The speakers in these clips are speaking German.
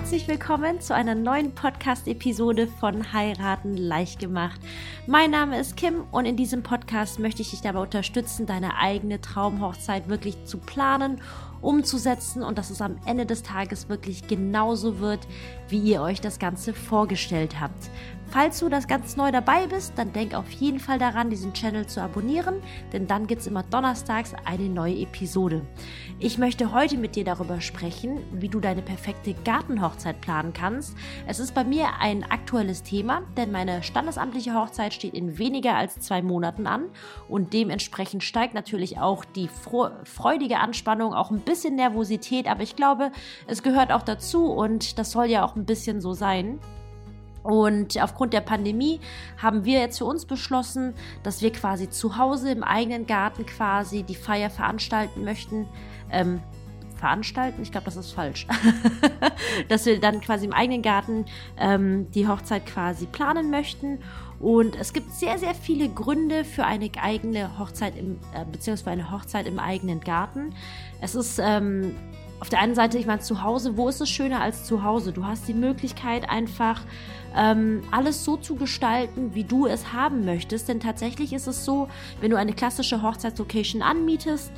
herzlich willkommen zu einer neuen Podcast-Episode von Heiraten leicht gemacht. Mein Name ist Kim und in diesem Podcast möchte ich dich dabei unterstützen, deine eigene Traumhochzeit wirklich zu planen, umzusetzen und dass es am Ende des Tages wirklich genauso wird, wie ihr euch das Ganze vorgestellt habt. Falls du das ganz neu dabei bist, dann denk auf jeden Fall daran, diesen Channel zu abonnieren, denn dann gibt es immer donnerstags eine neue Episode. Ich möchte heute mit dir darüber sprechen, wie du deine perfekte Gartenhochzeit planen kannst. Es ist bei mir ein aktuelles Thema, denn meine standesamtliche Hochzeit steht in weniger als 2 Monaten an und dementsprechend steigt natürlich auch die freudige Anspannung, auch ein bisschen Nervosität, aber ich glaube, es gehört auch dazu und das soll ja auch ein bisschen so sein. Und aufgrund der Pandemie haben wir jetzt für uns beschlossen, dass wir quasi zu Hause im eigenen Garten quasi die Feier veranstalten möchten. Ich glaube, das ist falsch. Dass wir dann quasi im eigenen Garten die Hochzeit quasi planen möchten. Und es gibt sehr, sehr viele Gründe für eine eigene Hochzeit, beziehungsweise eine Hochzeit im eigenen Garten. Es ist auf der einen Seite, ich meine, zu Hause, wo ist es schöner als zu Hause? Du hast die Möglichkeit einfach alles so zu gestalten, wie du es haben möchtest, denn tatsächlich ist es so, wenn du eine klassische Hochzeitslocation anmietest,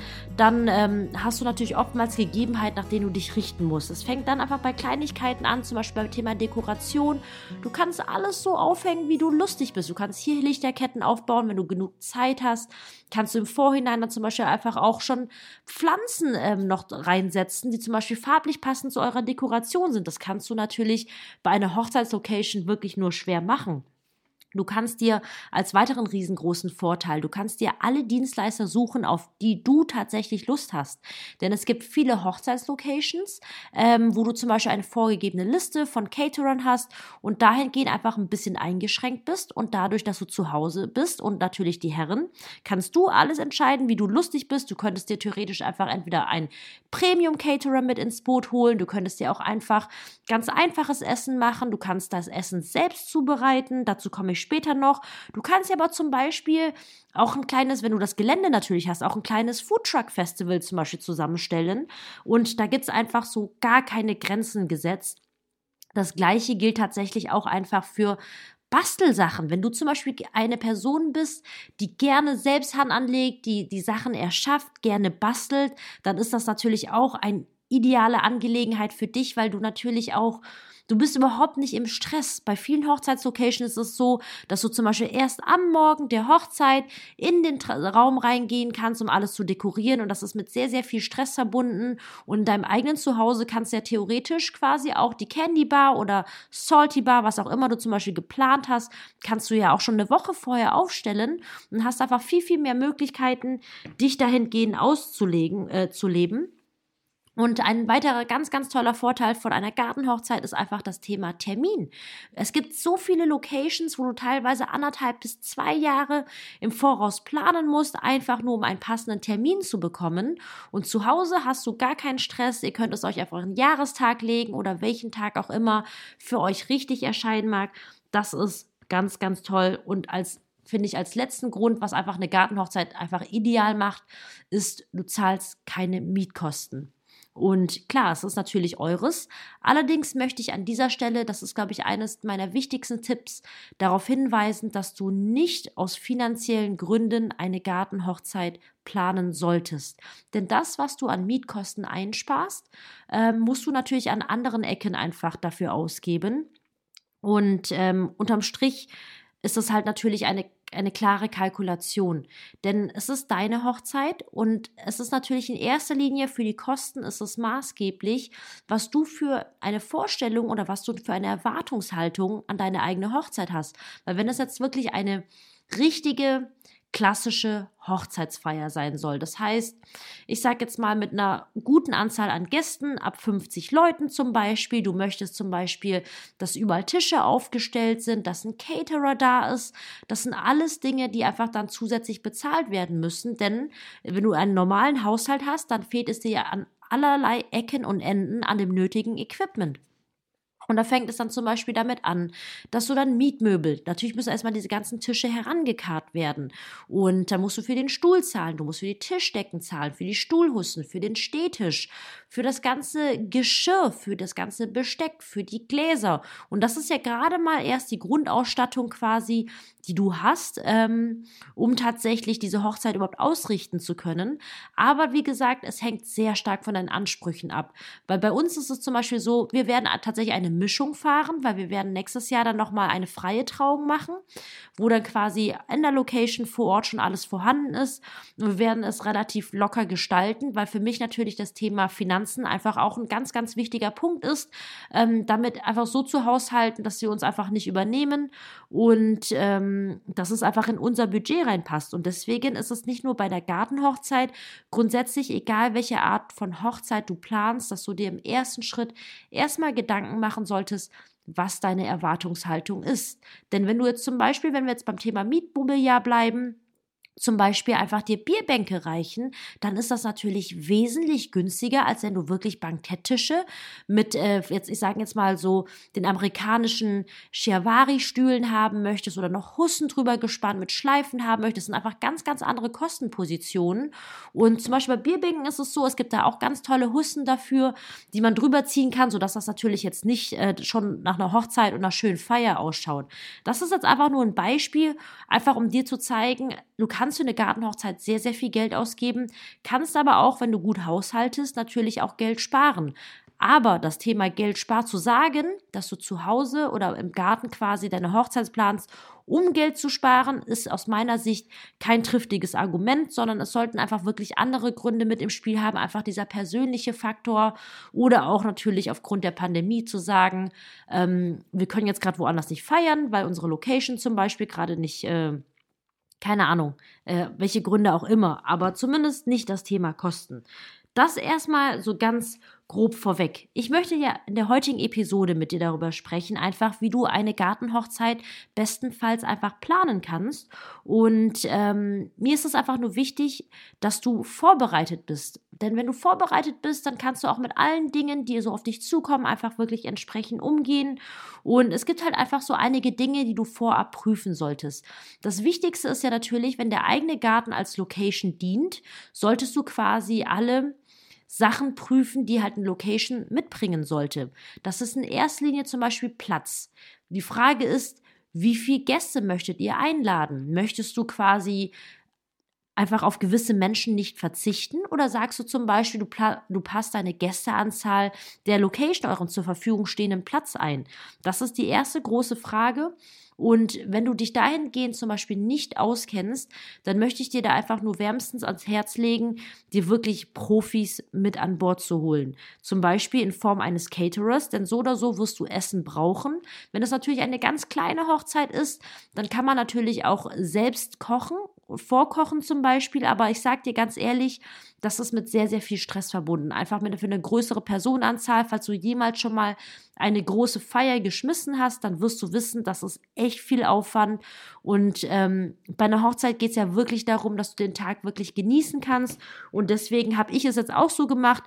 dann hast du natürlich oftmals Gegebenheiten, nach denen du dich richten musst. Es fängt dann einfach bei Kleinigkeiten an, zum Beispiel beim Thema Dekoration. Du kannst alles so aufhängen, wie du lustig bist. Du kannst hier Lichterketten aufbauen, wenn du genug Zeit hast. Kannst du im Vorhinein dann zum Beispiel einfach auch schon Pflanzen noch reinsetzen, die zum Beispiel farblich passend zu eurer Dekoration sind. Das kannst du natürlich bei einer Hochzeitslocation wirklich nur schwer machen. Du kannst dir als weiteren riesengroßen Vorteil, du kannst dir alle Dienstleister suchen, auf die du tatsächlich Lust hast. Denn es gibt viele Hochzeitslocations, wo du zum Beispiel eine vorgegebene Liste von Caterern hast und dahingehend einfach ein bisschen eingeschränkt bist und dadurch, dass du zu Hause bist und natürlich die Herren, kannst du alles entscheiden, wie du lustig bist. Du könntest dir theoretisch einfach entweder ein Premium-Caterer mit ins Boot holen, du könntest dir auch einfach ganz einfaches Essen machen, du kannst das Essen selbst zubereiten, dazu komme ich später noch. Du kannst ja aber zum Beispiel auch ein kleines, wenn du das Gelände natürlich hast, auch ein kleines Foodtruck-Festival zum Beispiel zusammenstellen. Und da gibt es einfach so gar keine Grenzen gesetzt. Das Gleiche gilt tatsächlich auch einfach für Bastelsachen. Wenn du zum Beispiel eine Person bist, die gerne selbst Hand anlegt, die Sachen erschafft, gerne bastelt, dann ist das natürlich auch eine ideale Angelegenheit für dich, weil du natürlich auch du bist überhaupt nicht im Stress. Bei vielen Hochzeitslocations ist es so, dass du zum Beispiel erst am Morgen der Hochzeit in den Raum reingehen kannst, um alles zu dekorieren. Und das ist mit sehr, sehr viel Stress verbunden. Und in deinem eigenen Zuhause kannst du ja theoretisch quasi auch die Candy Bar oder Salty Bar, was auch immer du zum Beispiel geplant hast, kannst du ja auch schon eine Woche vorher aufstellen und hast einfach viel, viel mehr Möglichkeiten, dich dahingehend zu leben. Und ein weiterer ganz, ganz toller Vorteil von einer Gartenhochzeit ist einfach das Thema Termin. Es gibt so viele Locations, wo du teilweise 1,5 bis 2 Jahre im Voraus planen musst, einfach nur um einen passenden Termin zu bekommen. Und zu Hause hast du gar keinen Stress. Ihr könnt es euch auf euren Jahrestag legen oder welchen Tag auch immer für euch richtig erscheinen mag. Das ist ganz, ganz toll. Und finde ich, als letzten Grund, was einfach eine Gartenhochzeit einfach ideal macht, ist, du zahlst keine Mietkosten. Und klar, es ist natürlich eures. Allerdings möchte ich an dieser Stelle, das ist, glaube ich, eines meiner wichtigsten Tipps, darauf hinweisen, dass du nicht aus finanziellen Gründen eine Gartenhochzeit planen solltest. Denn das, was du an Mietkosten einsparst, musst du natürlich an anderen Ecken einfach dafür ausgeben. Und unterm Strich ist das halt natürlich eine klare Kalkulation. Denn es ist deine Hochzeit und es ist natürlich in erster Linie für die Kosten ist es maßgeblich, was du für eine Vorstellung oder was du für eine Erwartungshaltung an deine eigene Hochzeit hast. Weil wenn es jetzt wirklich eine richtige klassische Hochzeitsfeier sein soll. Das heißt, ich sage jetzt mal mit einer guten Anzahl an Gästen, ab 50 Leuten zum Beispiel. Du möchtest zum Beispiel, dass überall Tische aufgestellt sind, dass ein Caterer da ist. Das sind alles Dinge, die einfach dann zusätzlich bezahlt werden müssen. Denn wenn du einen normalen Haushalt hast, dann fehlt es dir ja an allerlei Ecken und Enden an dem nötigen Equipment. Und da fängt es dann zum Beispiel damit an, dass du dann Mietmöbel, natürlich müssen erstmal diese ganzen Tische herangekarrt werden. Und dann musst du für den Stuhl zahlen, du musst für die Tischdecken zahlen, für die Stuhlhussen, für den Stehtisch, für das ganze Geschirr, für das ganze Besteck, für die Gläser. Und das ist ja gerade mal erst die Grundausstattung quasi, die du hast, um tatsächlich diese Hochzeit überhaupt ausrichten zu können. Aber wie gesagt, es hängt sehr stark von deinen Ansprüchen ab. Weil bei uns ist es zum Beispiel so, wir werden tatsächlich eine Mischung fahren, weil wir werden nächstes Jahr dann nochmal eine freie Trauung machen, wo dann quasi in der Location vor Ort schon alles vorhanden ist. Und wir werden es relativ locker gestalten, weil für mich natürlich das Thema Finanzen einfach auch ein ganz, ganz wichtiger Punkt ist, damit einfach so zu haushalten, dass wir uns einfach nicht übernehmen und dass es einfach in unser Budget reinpasst. Und deswegen ist es nicht nur bei der Gartenhochzeit grundsätzlich, egal welche Art von Hochzeit du planst, dass du dir im ersten Schritt erstmal Gedanken machen solltest, was deine Erwartungshaltung ist. Denn wenn du jetzt zum Beispiel, wenn wir jetzt beim Thema Mietmobiliar bleiben, zum Beispiel einfach dir Bierbänke reichen, dann ist das natürlich wesentlich günstiger, als wenn du wirklich Banketttische mit, ich sage jetzt mal so, den amerikanischen Chiavari-Stühlen haben möchtest oder noch Hussen drüber gespannt mit Schleifen haben möchtest. Das sind einfach ganz, ganz andere Kostenpositionen. Und zum Beispiel bei Bierbänken ist es so, es gibt da auch ganz tolle Hussen dafür, die man drüber ziehen kann, sodass das natürlich jetzt nicht schon nach einer Hochzeit und einer schönen Feier ausschaut. Das ist jetzt einfach nur ein Beispiel, einfach um dir zu zeigen, du kannst für eine Gartenhochzeit sehr, sehr viel Geld ausgeben, kannst aber auch, wenn du gut haushaltest, natürlich auch Geld sparen. Aber das Thema Geld sparen, zu sagen, dass du zu Hause oder im Garten quasi deine Hochzeit planst, um Geld zu sparen, ist aus meiner Sicht kein triftiges Argument, sondern es sollten einfach wirklich andere Gründe mit im Spiel haben, einfach dieser persönliche Faktor oder auch natürlich aufgrund der Pandemie zu sagen, wir können jetzt gerade woanders nicht feiern, weil unsere Location zum Beispiel gerade nicht keine Ahnung, welche Gründe auch immer, aber zumindest nicht das Thema Kosten. Das erstmal so ganz grob vorweg. Ich möchte ja in der heutigen Episode mit dir darüber sprechen, einfach wie du eine Gartenhochzeit bestenfalls einfach planen kannst. Und mir ist es einfach nur wichtig, dass du vorbereitet bist. Denn wenn du vorbereitet bist, dann kannst du auch mit allen Dingen, die so auf dich zukommen, einfach wirklich entsprechend umgehen. Und es gibt halt einfach so einige Dinge, die du vorab prüfen solltest. Das Wichtigste ist ja natürlich, wenn der eigene Garten als Location dient, solltest du quasi alle Sachen prüfen, die halt eine Location mitbringen sollte. Das ist in erster Linie zum Beispiel Platz. Die Frage ist, wie viele Gäste möchtet ihr einladen? Möchtest du quasi einfach auf gewisse Menschen nicht verzichten? Oder sagst du zum Beispiel, du passt deine Gästeanzahl der Location euren zur Verfügung stehenden Platz ein? Das ist die erste große Frage. Und wenn du dich dahingehend zum Beispiel nicht auskennst, dann möchte ich dir da einfach nur wärmstens ans Herz legen, dir wirklich Profis mit an Bord zu holen. Zum Beispiel in Form eines Caterers, denn so oder so wirst du Essen brauchen. Wenn es natürlich eine ganz kleine Hochzeit ist, dann kann man natürlich auch selbst kochen, vorkochen zum Beispiel, aber ich sag dir ganz ehrlich, das ist mit sehr, sehr viel Stress verbunden. Einfach für eine größere Personenanzahl, falls du jemals schon mal eine große Feier geschmissen hast, dann wirst du wissen, das ist echt viel Aufwand. Und bei einer Hochzeit geht es ja wirklich darum, dass du den Tag wirklich genießen kannst. Und deswegen habe ich es jetzt auch so gemacht.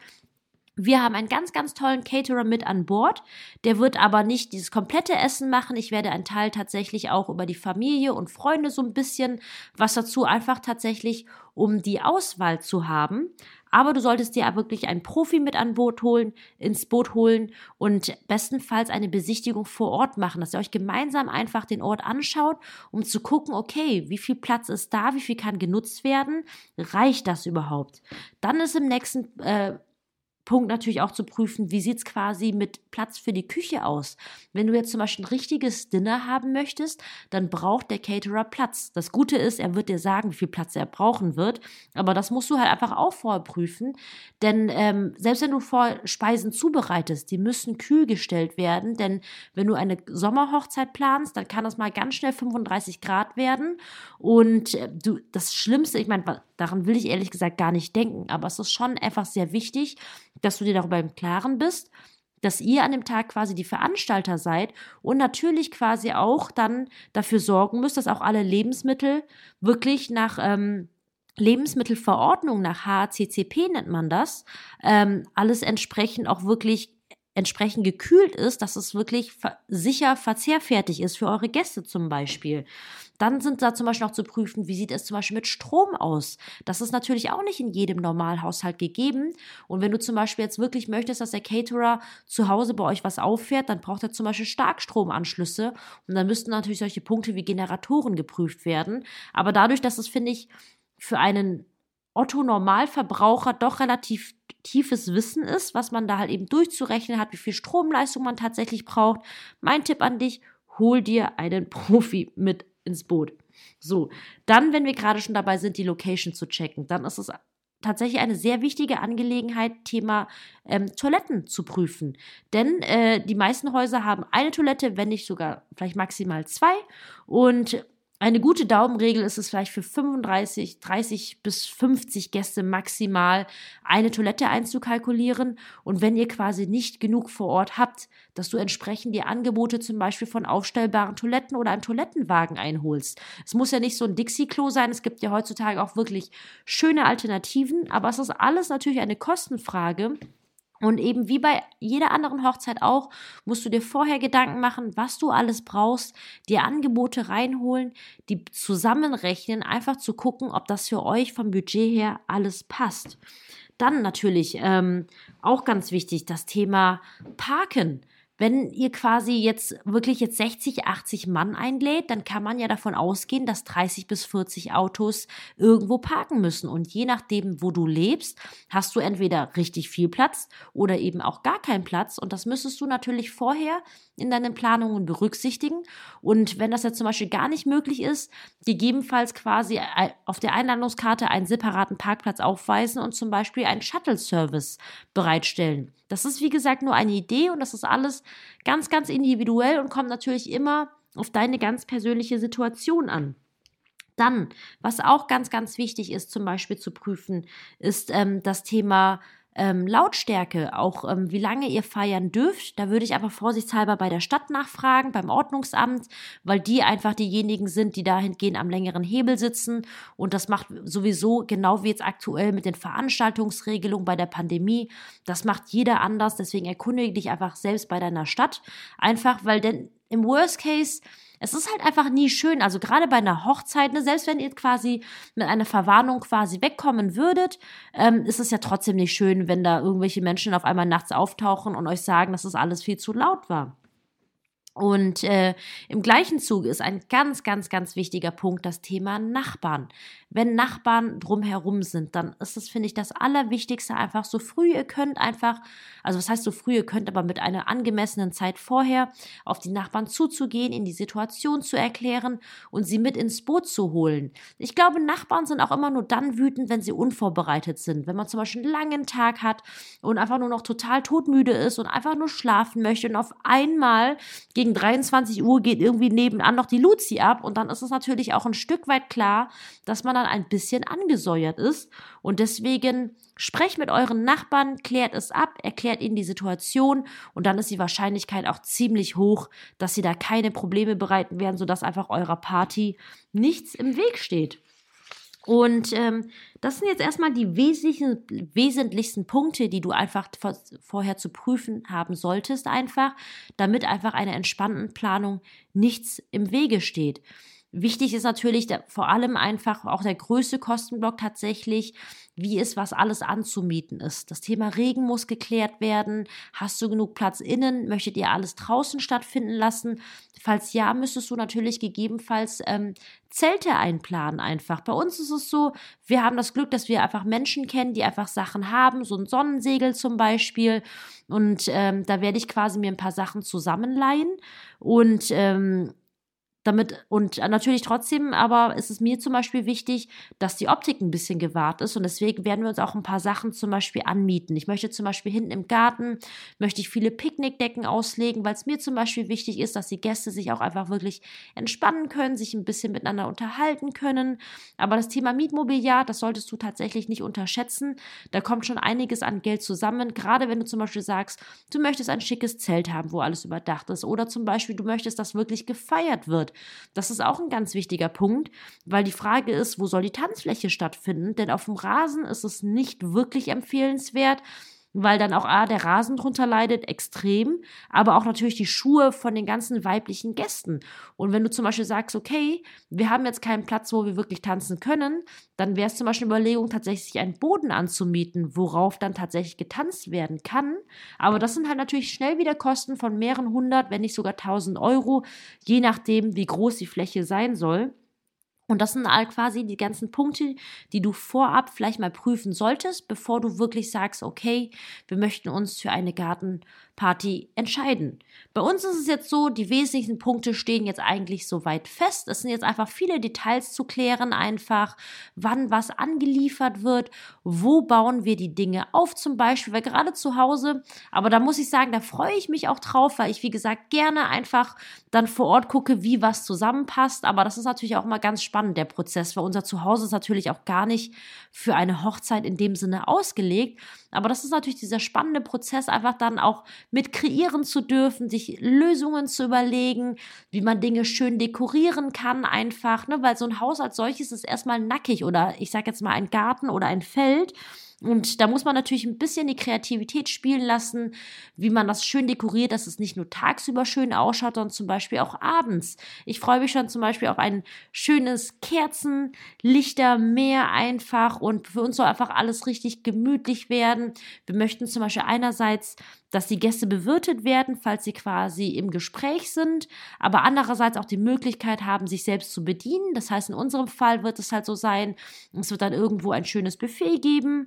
Wir haben einen ganz, ganz tollen Caterer mit an Bord. Der wird aber nicht dieses komplette Essen machen. Ich werde einen Teil tatsächlich auch über die Familie und Freunde so ein bisschen was dazu, einfach tatsächlich, um die Auswahl zu haben. Aber du solltest dir wirklich einen Profi mit ins Boot holen und bestenfalls eine Besichtigung vor Ort machen, dass ihr euch gemeinsam einfach den Ort anschaut, um zu gucken, okay, wie viel Platz ist da, wie viel kann genutzt werden, reicht das überhaupt? Dann ist im nächsten Punkt natürlich auch zu prüfen, wie sieht es quasi mit Platz für die Küche aus. Wenn du jetzt zum Beispiel ein richtiges Dinner haben möchtest, dann braucht der Caterer Platz. Das Gute ist, er wird dir sagen, wie viel Platz er brauchen wird, aber das musst du halt einfach auch vorher prüfen, denn selbst wenn du Speisen zubereitest, die müssen kühl gestellt werden, denn wenn du eine Sommerhochzeit planst, dann kann das mal ganz schnell 35 Grad werden und das Schlimmste, ich meine, daran will ich ehrlich gesagt gar nicht denken, aber es ist schon einfach sehr wichtig, dass du dir darüber im Klaren bist, dass ihr an dem Tag quasi die Veranstalter seid und natürlich quasi auch dann dafür sorgen müsst, dass auch alle Lebensmittel wirklich nach Lebensmittelverordnung, nach HACCP nennt man das, alles entsprechend auch wirklich entsprechend gekühlt ist, dass es wirklich sicher verzehrfertig ist für eure Gäste zum Beispiel. Dann sind da zum Beispiel noch zu prüfen, wie sieht es zum Beispiel mit Strom aus. Das ist natürlich auch nicht in jedem Normalhaushalt gegeben. Und wenn du zum Beispiel jetzt wirklich möchtest, dass der Caterer zu Hause bei euch was auffährt, dann braucht er zum Beispiel Starkstromanschlüsse. Und dann müssten natürlich solche Punkte wie Generatoren geprüft werden. Aber dadurch, dass es, finde ich, für einen Otto-Normalverbraucher doch relativ tiefes Wissen ist, was man da halt eben durchzurechnen hat, wie viel Stromleistung man tatsächlich braucht. Mein Tipp an dich, hol dir einen Profi mit ins Boot. So, dann, wenn wir gerade schon dabei sind, die Location zu checken, dann ist es tatsächlich eine sehr wichtige Angelegenheit, Thema Toiletten zu prüfen. Denn die meisten Häuser haben eine Toilette, wenn nicht sogar vielleicht maximal 2. Und eine gute Daumenregel ist es vielleicht für 35, 30 bis 50 Gäste maximal eine Toilette einzukalkulieren. Und wenn ihr quasi nicht genug vor Ort habt, dass du entsprechend die Angebote zum Beispiel von aufstellbaren Toiletten oder einen Toilettenwagen einholst. Es muss ja nicht so ein Dixie-Klo sein, es gibt ja heutzutage auch wirklich schöne Alternativen, aber es ist alles natürlich eine Kostenfrage. Und eben wie bei jeder anderen Hochzeit auch, musst du dir vorher Gedanken machen, was du alles brauchst, dir Angebote reinholen, die zusammenrechnen, einfach zu gucken, ob das für euch vom Budget her alles passt. Dann natürlich auch ganz wichtig, das Thema Parken. Wenn ihr quasi jetzt 60, 80 Mann einlädt, dann kann man ja davon ausgehen, dass 30 bis 40 Autos irgendwo parken müssen. Und je nachdem, wo du lebst, hast du entweder richtig viel Platz oder eben auch gar keinen Platz. Und das müsstest du natürlich vorher in deinen Planungen berücksichtigen. Und wenn das jetzt zum Beispiel gar nicht möglich ist, gegebenenfalls quasi auf der Einladungskarte einen separaten Parkplatz aufweisen und zum Beispiel einen Shuttle-Service bereitstellen. Das ist, wie gesagt, nur eine Idee und das ist alles ganz, ganz individuell und kommt natürlich immer auf deine ganz persönliche Situation an. Dann, was auch ganz, ganz wichtig ist, zum Beispiel zu prüfen, ist das Thema Lautstärke, auch wie lange ihr feiern dürft. Da würde ich aber vorsichtshalber bei der Stadt nachfragen, beim Ordnungsamt, weil die einfach diejenigen sind, die dahingehend am längeren Hebel sitzen. Und das macht sowieso, genau wie jetzt aktuell mit den Veranstaltungsregelungen bei der Pandemie, das macht jeder anders. Deswegen erkundige dich einfach selbst bei deiner Stadt. Einfach, weil denn im Worst Case, es ist halt einfach nie schön, also gerade bei einer Hochzeit, ne, selbst wenn ihr quasi mit einer Verwarnung quasi wegkommen würdet, ist es ja trotzdem nicht schön, wenn da irgendwelche Menschen auf einmal nachts auftauchen und euch sagen, dass das alles viel zu laut war. Und im gleichen Zuge ist ein ganz, ganz, ganz wichtiger Punkt das Thema Nachbarn. Wenn Nachbarn drumherum sind, dann ist es, finde ich, das Allerwichtigste einfach so früh ihr könnt einfach, also was heißt so früh ihr könnt, aber mit einer angemessenen Zeit vorher auf die Nachbarn zuzugehen, ihnen die Situation zu erklären und sie mit ins Boot zu holen. Ich glaube, Nachbarn sind auch immer nur dann wütend, wenn sie unvorbereitet sind. Wenn man zum Beispiel einen langen Tag hat und einfach nur noch total todmüde ist und einfach nur schlafen möchte und auf einmal gegen 23 Uhr geht irgendwie nebenan noch die Luzi ab und dann ist es natürlich auch ein Stück weit klar, dass man dann ein bisschen angesäuert ist und deswegen sprecht mit euren Nachbarn, klärt es ab, erklärt ihnen die Situation und dann ist die Wahrscheinlichkeit auch ziemlich hoch, dass sie da keine Probleme bereiten werden, sodass einfach eurer Party nichts im Weg steht. Und das sind jetzt erstmal die wesentlichsten Punkte, die du einfach vorher zu prüfen haben solltest, einfach, damit einfach einer entspannten Planung nichts im Wege steht. Wichtig ist natürlich vor allem einfach auch der größte Kostenblock tatsächlich, wie ist, was alles anzumieten ist. Das Thema Regen muss geklärt werden. Hast du genug Platz innen? Möchtet ihr alles draußen stattfinden lassen? Falls ja, müsstest du natürlich gegebenenfalls Zelte einplanen einfach. Bei uns ist es so, wir haben das Glück, dass wir einfach Menschen kennen, die einfach Sachen haben, so ein Sonnensegel zum Beispiel. Und da werde ich quasi mir ein paar Sachen zusammenleihen und natürlich trotzdem, aber ist es mir zum Beispiel wichtig, dass die Optik ein bisschen gewahrt ist und deswegen werden wir uns auch ein paar Sachen zum Beispiel anmieten. Ich möchte zum Beispiel hinten im Garten, möchte ich viele Picknickdecken auslegen, weil es mir zum Beispiel wichtig ist, dass die Gäste sich auch einfach wirklich entspannen können, sich ein bisschen miteinander unterhalten können. Aber das Thema Mietmobiliar, das solltest du tatsächlich nicht unterschätzen. Da kommt schon einiges an Geld zusammen, gerade wenn du zum Beispiel sagst, du möchtest ein schickes Zelt haben, wo alles überdacht ist oder zum Beispiel du möchtest, dass wirklich gefeiert wird. Das ist auch ein ganz wichtiger Punkt, weil die Frage ist, wo soll die Tanzfläche stattfinden? Denn auf dem Rasen ist es nicht wirklich empfehlenswert. weil dann auch der Rasen drunter leidet, extrem, aber auch natürlich die Schuhe von den ganzen weiblichen Gästen. Und wenn du zum Beispiel sagst, okay, wir haben jetzt keinen Platz, wo wir wirklich tanzen können, dann wäre es zum Beispiel eine Überlegung, tatsächlich sich einen Boden anzumieten, worauf dann tatsächlich getanzt werden kann. Aber das sind halt natürlich schnell wieder Kosten von mehreren hundert, wenn nicht sogar 1.000 Euro, je nachdem, wie groß die Fläche sein soll. Und das sind all quasi die ganzen Punkte, die du vorab vielleicht mal prüfen solltest, bevor du wirklich sagst, okay, wir möchten uns für eine Gartenparty entscheiden. Bei uns ist es jetzt so, die wesentlichen Punkte stehen jetzt eigentlich soweit fest. Es sind jetzt einfach viele Details zu klären, einfach wann was angeliefert wird, wo bauen wir die Dinge auf zum Beispiel, weil gerade zu Hause, aber da muss ich sagen, da freue ich mich auch drauf, weil ich, wie gesagt, gerne einfach dann vor Ort gucke, wie was zusammenpasst, aber das ist natürlich auch immer ganz spannend, der Prozess, weil unser Zuhause ist natürlich auch gar nicht für eine Hochzeit in dem Sinne ausgelegt, aber das ist natürlich dieser spannende Prozess, einfach dann auch mit kreieren zu dürfen, sich Lösungen zu überlegen, wie man Dinge schön dekorieren kann einfach, ne, weil so ein Haus als solches ist erstmal nackig oder ich sage jetzt mal ein Garten oder ein Feld. Und da muss man natürlich ein bisschen die Kreativität spielen lassen, wie man das schön dekoriert, dass es nicht nur tagsüber schön ausschaut, sondern zum Beispiel auch abends. Ich freue mich schon zum Beispiel auf ein schönes Kerzenlichtermeer einfach und für uns soll einfach alles richtig gemütlich werden. Wir möchten zum Beispiel einerseits, dass die Gäste bewirtet werden, falls sie quasi im Gespräch sind, aber andererseits auch die Möglichkeit haben, sich selbst zu bedienen. Das heißt, in unserem Fall wird es halt so sein, es wird dann irgendwo ein schönes Buffet geben.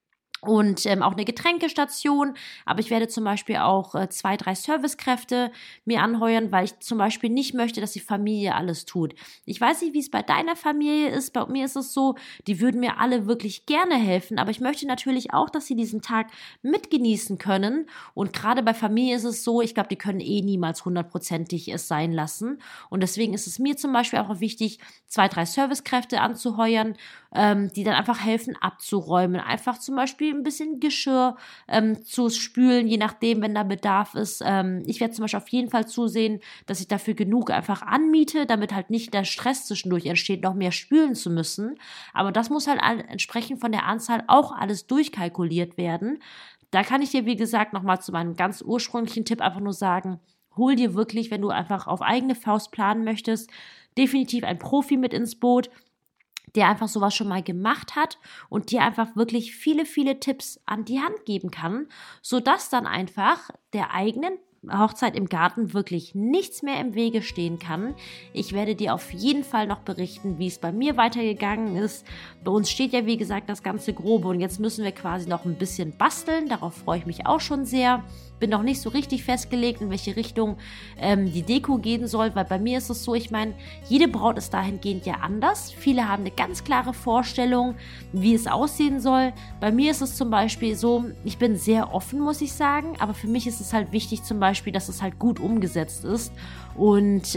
Und auch eine Getränkestation, aber ich werde zum Beispiel auch 2, 3 Servicekräfte mir anheuern, weil ich zum Beispiel nicht möchte, dass die Familie alles tut. Ich weiß nicht, wie es bei deiner Familie ist, bei mir ist es so, die würden mir alle wirklich gerne helfen, aber ich möchte natürlich auch, dass sie diesen Tag mitgenießen können und gerade bei Familie ist es so, ich glaube, die können niemals 100%ig es sein lassen und deswegen ist es mir zum Beispiel auch wichtig, 2, 3 Servicekräfte anzuheuern, die dann einfach helfen abzuräumen, einfach zum Beispiel ein bisschen Geschirr zu spülen, je nachdem, wenn da Bedarf ist. Ich werde zum Beispiel auf jeden Fall zusehen, dass ich dafür genug einfach anmiete, damit halt nicht der Stress zwischendurch entsteht, noch mehr spülen zu müssen. Aber das muss halt entsprechend von der Anzahl auch alles durchkalkuliert werden. Da kann ich dir, wie gesagt, nochmal zu meinem ganz ursprünglichen Tipp einfach nur sagen, hol dir wirklich, wenn du einfach auf eigene Faust planen möchtest, definitiv einen Profi mit ins Boot, der einfach sowas schon mal gemacht hat und dir einfach wirklich viele, viele Tipps an die Hand geben kann, sodass dann einfach der eigenen Hochzeit im Garten wirklich nichts mehr im Wege stehen kann. Ich werde dir auf jeden Fall noch berichten, wie es bei mir weitergegangen ist. Bei uns steht ja, wie gesagt, das ganze Grobe und jetzt müssen wir quasi noch ein bisschen basteln. Darauf freue ich mich auch schon sehr. Bin noch nicht so richtig festgelegt, in welche Richtung die Deko gehen soll, weil bei mir ist es so, ich meine, jede Braut ist dahingehend ja anders. Viele haben eine ganz klare Vorstellung, wie es aussehen soll. Bei mir ist es zum Beispiel so, ich bin sehr offen, muss ich sagen, aber für mich ist es halt wichtig zum Beispiel, dass es halt gut umgesetzt ist und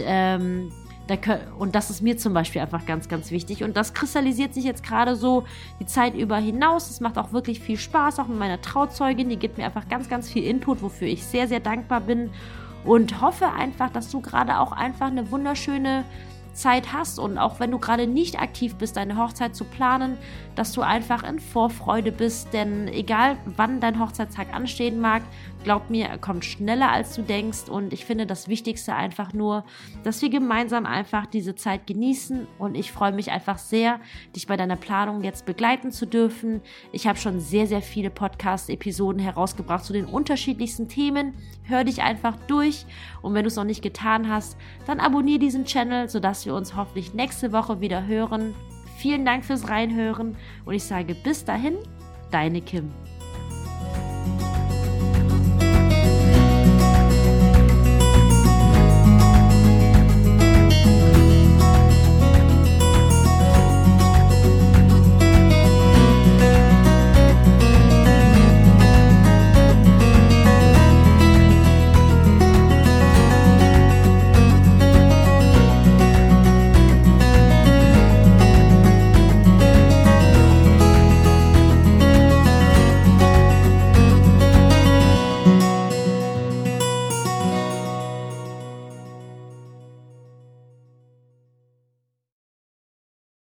das ist mir zum Beispiel einfach ganz, ganz wichtig. Und das kristallisiert sich jetzt gerade so die Zeit über hinaus. Es macht auch wirklich viel Spaß, auch mit meiner Trauzeugin. Die gibt mir einfach ganz, ganz viel Input, wofür ich sehr, sehr dankbar bin. Und hoffe einfach, dass du gerade auch einfach eine wunderschöne Zeit hast und auch wenn du gerade nicht aktiv bist, deine Hochzeit zu planen, dass du einfach in Vorfreude bist, denn egal wann dein Hochzeitstag anstehen mag, glaub mir, er kommt schneller als du denkst und ich finde das Wichtigste einfach nur, dass wir gemeinsam einfach diese Zeit genießen und ich freue mich einfach sehr, dich bei deiner Planung jetzt begleiten zu dürfen. Ich habe schon sehr, sehr viele Podcast-Episoden herausgebracht zu den unterschiedlichsten Themen. Hör dich einfach durch und wenn du es noch nicht getan hast, dann abonniere diesen Channel, sodass wir uns hoffentlich nächste Woche wieder hören. Vielen Dank fürs Reinhören und ich sage bis dahin, deine Kim.